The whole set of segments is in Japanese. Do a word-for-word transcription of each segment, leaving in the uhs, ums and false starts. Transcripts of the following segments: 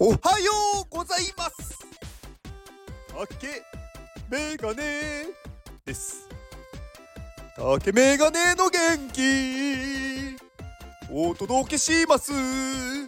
おはようございます。竹メガネです。竹メガネの元気お届けします。元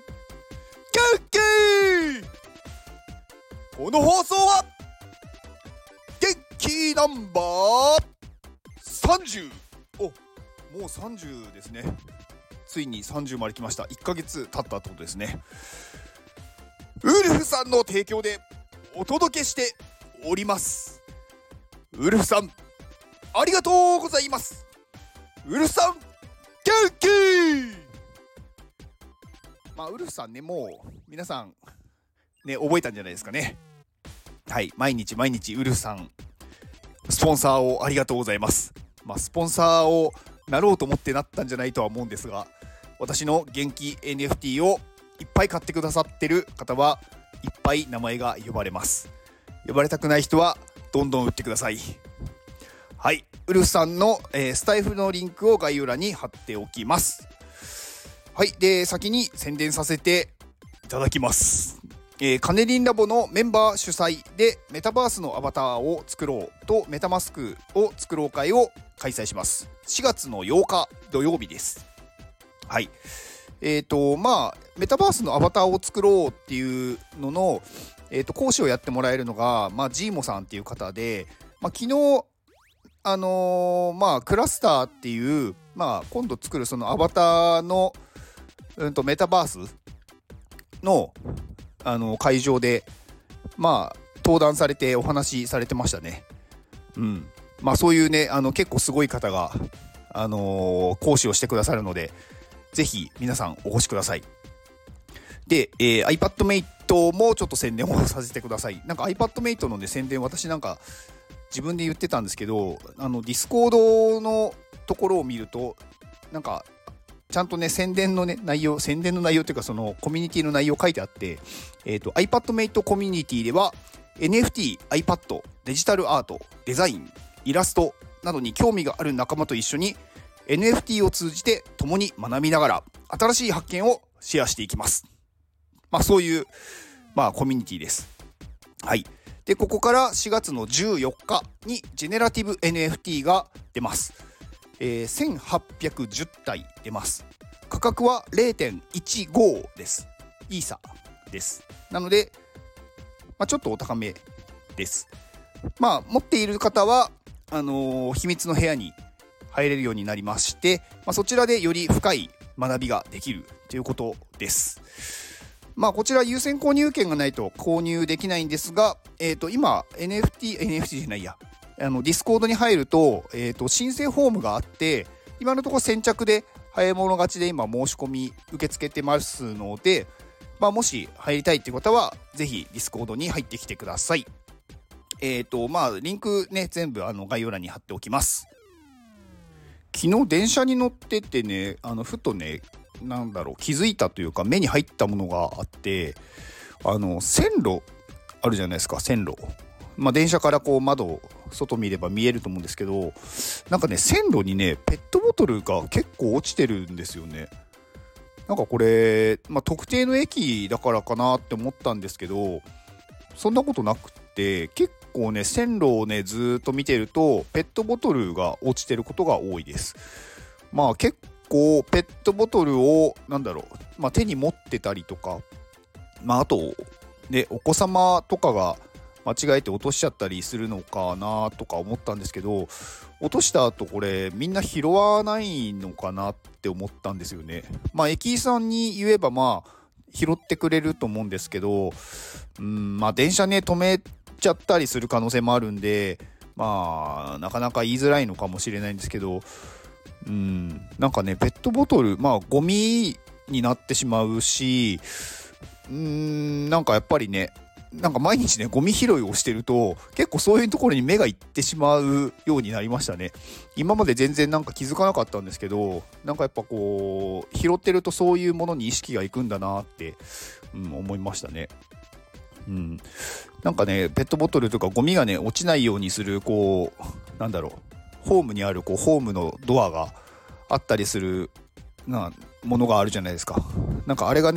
気。この放送は元気ナンバーさんじゅう。お、もうさんじゅうですね。ついにさんじゅうまで来ました。いっかげつ経ったってことですね。ウルフさんの提供でお届けしております。ウルフさんありがとうございます。ウルフさん元気。まあウルフさんね、もう皆さんね覚えたんじゃないですかね。はい、毎日毎日ウルフさんスポンサーをありがとうございます。まあスポンサーをなろうと思ってなったんじゃないとは思うんですが、私の元気 エヌエフティー をいっぱい買ってくださってる方はいっぱい名前が呼ばれます。呼ばれたくない人はどんどん売ってください。はい、ウルフさんの、えー、スタイフのリンクを概要欄に貼っておきます。はい、で先に宣伝させていただきます。えー、カネリンラボのメンバー主催でメタバースのアバターを作ろうとメタマスクを作ろう会を開催します。しがつのようか土曜日です。はい、えーとまあメタバースのアバターを作ろうっていうのの、えー、と講師をやってもらえるのが、まあ、ジーモさんっていう方で、まあ、昨日あのー、まあクラスターっていう、まあ、今度作るそのアバターの、うん、とメタバースの、あの会場でまあ登壇されてお話しされてましたね。うん、まあそういうねあの結構すごい方が、あのー、講師をしてくださるのでぜひ皆さんお越しください。で、えー、iPadMate もちょっと宣伝をさせてください。なんか iPadMate の、ね、宣伝私なんか自分で言ってたんですけど、あの Discord のところを見るとなんかちゃんとね宣伝のね内容宣伝の内容というかそのコミュニティの内容書いてあって、えーと iPadMate コミュニティでは エヌエフティー、iPad、デジタルアート、デザイン、イラストなどに興味がある仲間と一緒に エヌエフティー を通じて共に学びながら新しい発見をシェアしていきます。まあそういうまあコミュニティです。はい。でここからしがつのじゅうよっかにジェネラティブ エヌエフティー が出ます。えー、せんはっぴゃくじゅったい出ます。価格は れいてんいちご です。イーサです。なので、まあ、ちょっとお高めです。まあ持っている方はあのー、秘密の部屋に入れるようになりまして、まあ、そちらでより深い学びができるということです。まあこちら優先購入券がないと購入できないんですが、えーと今 エヌエフティー エヌエフティー じゃないやあのディスコードに入ると、えーと申請フォームがあって今のところ先着で早い者勝ちで今申し込み受け付けてますので、まあ、もし入りたいっていう方はぜひディスコードに入ってきてください。えーとまあリンクね全部あの概要欄に貼っておきます。昨日電車に乗っててねあのふとねなんだろう気づいたというか目に入ったものがあって、あの線路あるじゃないですか。線路、まあ、電車からこう窓外見れば見えると思うんですけど、なんかね線路にねペットボトルが結構落ちてるんですよね。なんかこれ、まあ、特定の駅だからかなって思ったんですけど、そんなことなくって結構ね線路をねずっと見てるとペットボトルが落ちてることが多いです。まあ結構ペットボトルをなんだろう、まあ、手に持ってたりとか、まああとねお子様とかが間違えて落としちゃったりするのかなとか思ったんですけど、落とした後これみんな拾わないのかなって思ったんですよね。まあ駅員さんに言えばまあ拾ってくれると思うんですけど、うんまあ電車ね止めちゃったりする可能性もあるんで、まあなかなか言いづらいのかもしれないんですけど、うんなんかねペットボトルまあゴミになってしまうし、うーんなんかやっぱりねなんか毎日ねゴミ拾いをしてると結構そういうところに目がいってしまうようになりましたね。今まで全然なんか気づかなかったんですけど、なんかやっぱこう拾ってるとそういうものに意識がいくんだなって、うん、思いましたね。うん、なんかねペットボトルとかゴミがね落ちないようにするこうなんだろうホームにあるこうホームのドアがあったりするなものがあるじゃないですか。なんかあれがね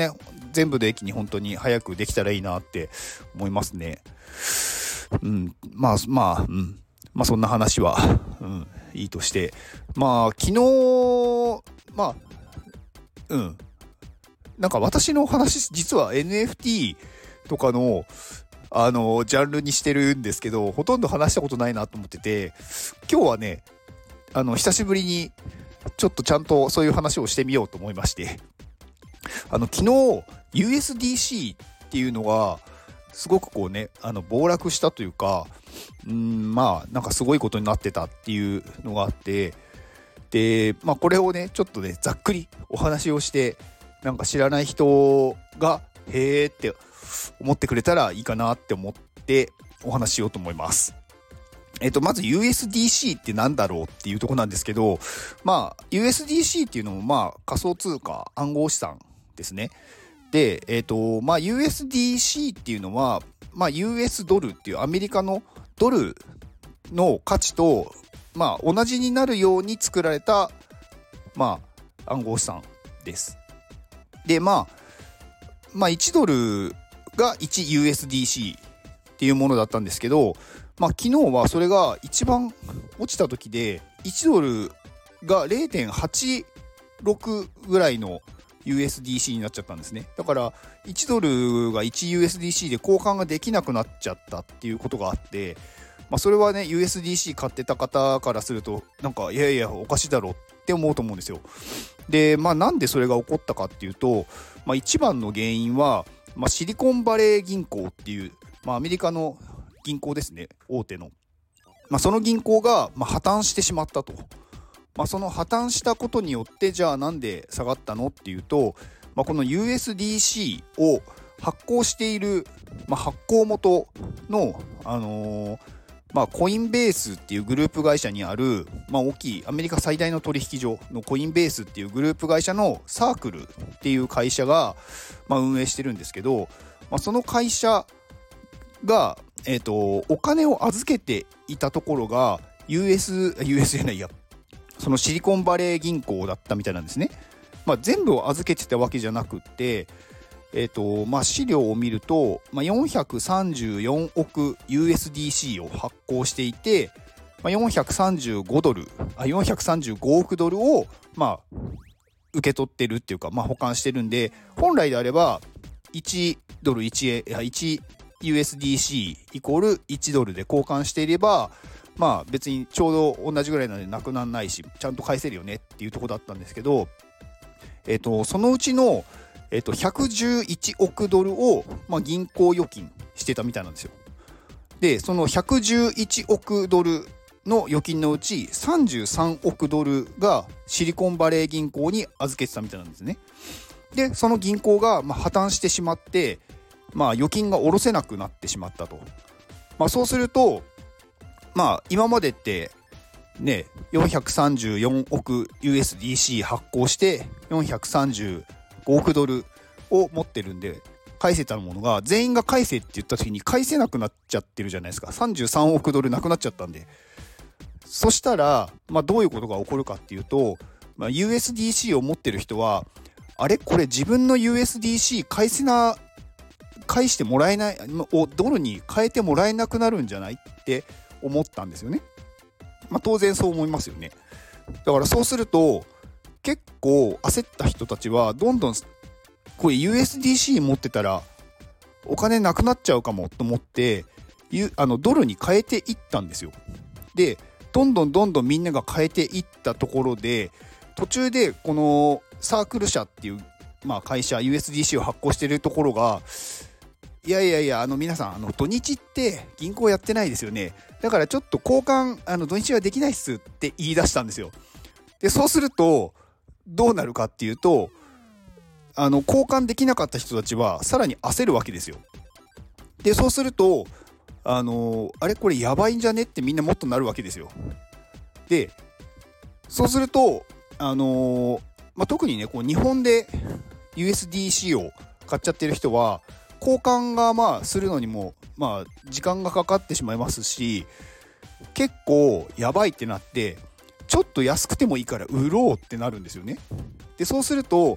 全部の駅に本当に早くできたらいいなって思いますね。うん、まあまあ、うん、まあそんな話は、うん、いいとして、まあ昨日、まあ、うん、なんか私の話、実は エヌエフティー とかの、あの、ジャンルにしてるんですけど、ほとんど話したことないなと思ってて、今日はね、あの、久しぶりに、ちょっとちゃんとそういう話をしてみようと思いまして、あの、昨日、ユーエスディーシー っていうのが、すごくこうね、あの、暴落したというか、うん、まあ、なんかすごいことになってたっていうのがあって、で、まあ、これをね、ちょっとね、ざっくりお話をして、なんか知らない人が、へーって思ってくれたらいいかなって思ってお話ししようと思います。えっと、まず ユーエスディーシー ってなんだろうっていうところなんですけど、まあ、ユーエスディーシー っていうのも、まあ、仮想通貨、暗号資産ですね。で、えっと、まあ、ユーエスディーシー っていうのは、まあ、ユーエス ドルっていうアメリカのドルの価値と、まあ、同じになるように作られた、まあ、暗号資産です。で、まあ、まあ、いちドルが いちユーエスディーシー っていうものだったんですけど、まあ、昨日はそれが一番落ちた時でいちドルが れいてんはちろく ぐらいの ユーエスディーシー になっちゃったんですね。だからいちドルが いちユーエスディーシー で交換ができなくなっちゃったっていうことがあって、まあ、それはね ユーエスディーシー 買ってた方からするとなんかいやいやおかしいだろって思うと思うんですよ。で、まあ、なんでそれが起こったかっていうと、まあ、一番の原因は、まあ、シリコンバレー銀行っていう、まあ、アメリカの銀行ですね、大手の、まあ、その銀行が、まあ、破綻してしまったと、まあ、その破綻したことによってじゃあなんで下がったのっていうと、まあ、この ユーエスディーシー を発行している、まあ、発行元の、あのーまあ、コインベースっていうグループ会社にある、まあ、大きいアメリカ最大の取引所のコインベースっていうグループ会社のサークルっていう会社が、まあ、運営してるんですけど、まあ、その会社がえーと、お金を預けていたところが ユーエス、ユーエス じゃないや、そのシリコンバレー銀行だったみたいなんですね。まあ、全部を預けてたわけじゃなくって、えーとまあ、資料を見ると、まあ、よんひゃくさんじゅうよんおく ユーエスディーシー を発行していて、まあ、よんひゃくさんじゅうごドル、あ、よんひゃくさんじゅうごおくドルを、まあ、受け取ってるっていうか、まあ、保管してるんで、本来であればいちドルいちえん、いちユーエスディーシー イコールいちドルで交換していれば、まあ別にちょうど同じぐらいなのでなくならないし、ちゃんと返せるよねっていうところだったんですけど、えっと、そのうちの、えっと、ひゃくじゅういちおくドルを、まあ、銀行預金してたみたいなんですよ。で、そのひゃくじゅういちおくドルの預金のうちさんじゅうさんおくドルがシリコンバレー銀行に預けてたみたいなんですね。で、その銀行が、まあ、破綻してしまって、まあ、預金が下ろせなくなってしまったと。まあ、そうすると、まあ、今までってね、よんひゃくさんじゅうよんおく ユーエスディーシー 発行してよんひゃくさんじゅうごおくドルを持ってるんで、返せたものが全員が返せって言った時に返せなくなっちゃってるじゃないですか。さんじゅうさんおくドルなくなっちゃったんで。そしたら、まあ、どういうことが起こるかっていうと、まあ、ユーエスディーシー を持ってる人は、あれこれ自分の ユーエスディーシー 返せな返してもらえないをドルに変えてもらえなくなるんじゃないって思ったんですよね。まあ、当然そう思いますよね。だからそうすると結構焦った人たちはどんどんこれ ユーエスディーシー 持ってたらお金なくなっちゃうかもと思ってあのドルに変えていったんですよ。でどんどんどんどんみんなが変えていったところで、途中でこのサークル社っていう、まあ、会社 ユーエスディーシー を発行しているところが、いやいやいや、あの皆さん、あの土日って銀行やってないですよね。だからちょっと交換、あの土日はできないっすって言い出したんですよ。で、そうすると、どうなるかっていうと、あの交換できなかった人たちはさらに焦るわけですよ。で、そうすると、あのあれこれやばいんじゃねってみんなもっとなるわけですよ。で、そうすると、あのまあ、特にね、こう日本で ユーエスディーシー を買っちゃってる人は、交換がまあするのにもまあ時間がかかってしまいますし、結構やばいってなってちょっと安くてもいいから売ろうってなるんですよね。でそうすると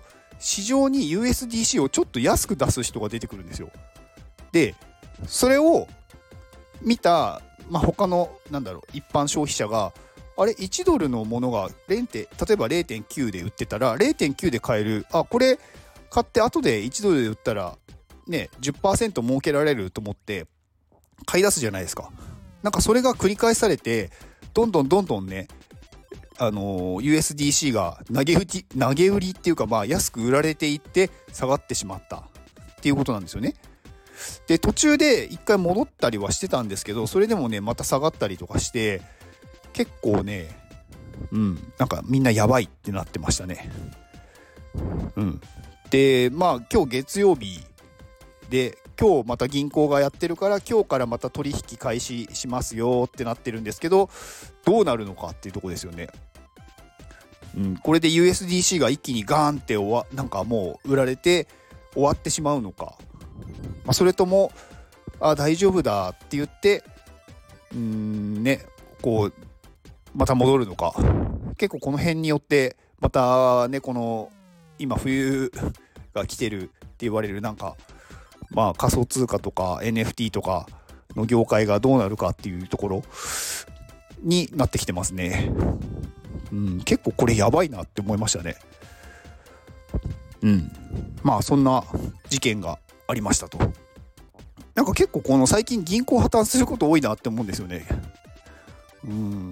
市場に ユーエスディーシー をちょっと安く出す人が出てくるんですよ。でそれを見た、まあ、他のなんだろう一般消費者があれいちドルのものがれい例えば れいてんきゅう で売ってたら れいてんきゅう で買える、あこれ買って後でいちドルで売ったらね じゅっパーセント 儲けられると思って買い出すじゃないですか。なんかそれが繰り返されてどんどんどんどんねあのー、ユーエスディーシー が投げ売り投げ売りっていうか、まあ安く売られていって下がってしまったっていうことなんですよね。で途中で一回戻ったりはしてたんですけど、それでもねまた下がったりとかして結構ねうんなんかみんなやばいってなってましたね。うんでまあ今日月曜日で今日また銀行がやってるから今日からまた取引開始しますよってなってるんですけど、どうなるのかっていうとこですよね。うん、これで ユーエスディーシー が一気にガーンって終わなんかもう売られて終わってしまうのか、まあ、それともあ大丈夫だって言ってうーんねこうまた戻るのか、結構この辺によってまたねこの今冬が来てるって言われるなんかまあ仮想通貨とか エヌエフティー とかの業界がどうなるかっていうところになってきてますね。うん、結構これやばいなって思いましたね。うん、まあそんな事件がありましたと。なんか結構この最近銀行破綻すること多いなって思うんですよね。うん、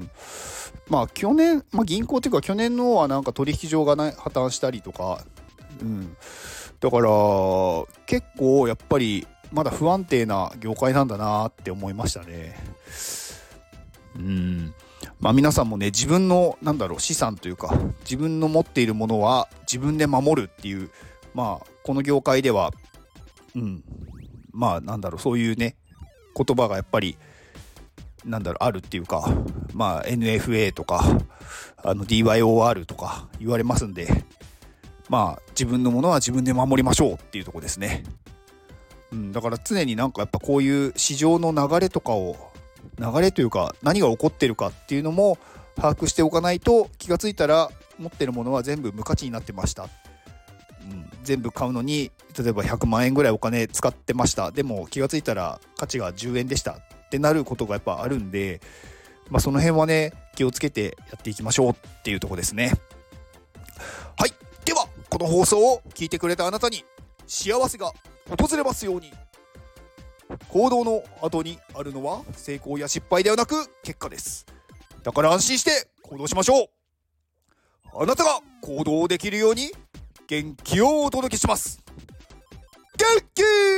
まあ去年、まあ、銀行っていうか去年のはなんか取引所がな破綻したりとか、うん、だから結構やっぱりまだ不安定な業界なんだなって思いましたね。うんまあ皆さんもね自分のなんだろう資産というか自分の持っているものは自分で守るっていう、まあこの業界ではうんまあなんだろうそういうね言葉がやっぱりなんだろうあるっていうか、まあ エヌエフエー とかあの ディーワイオーアール とか言われますんで、まあ自分のものは自分で守りましょうっていうところですね。うん、だから常になんかやっぱこういう市場の流れとかを流れというか何が起こってるかっていうのも把握しておかないと気がついたら持ってるものは全部無価値になってました、うん、全部買うのに例えばひゃくまんえんぐらいお金使ってました、でも気がついたら価値がじゅうえんでしたってなることがやっぱあるんで、まあ、その辺はね気をつけてやっていきましょうっていうところですね。はい、ではこの放送を聞いてくれたあなたに幸せが訪れますように。行動の後にあるのは成功や失敗ではなく結果です。だから安心して行動しましょう。あなたが行動できるように元気をお届けします。元気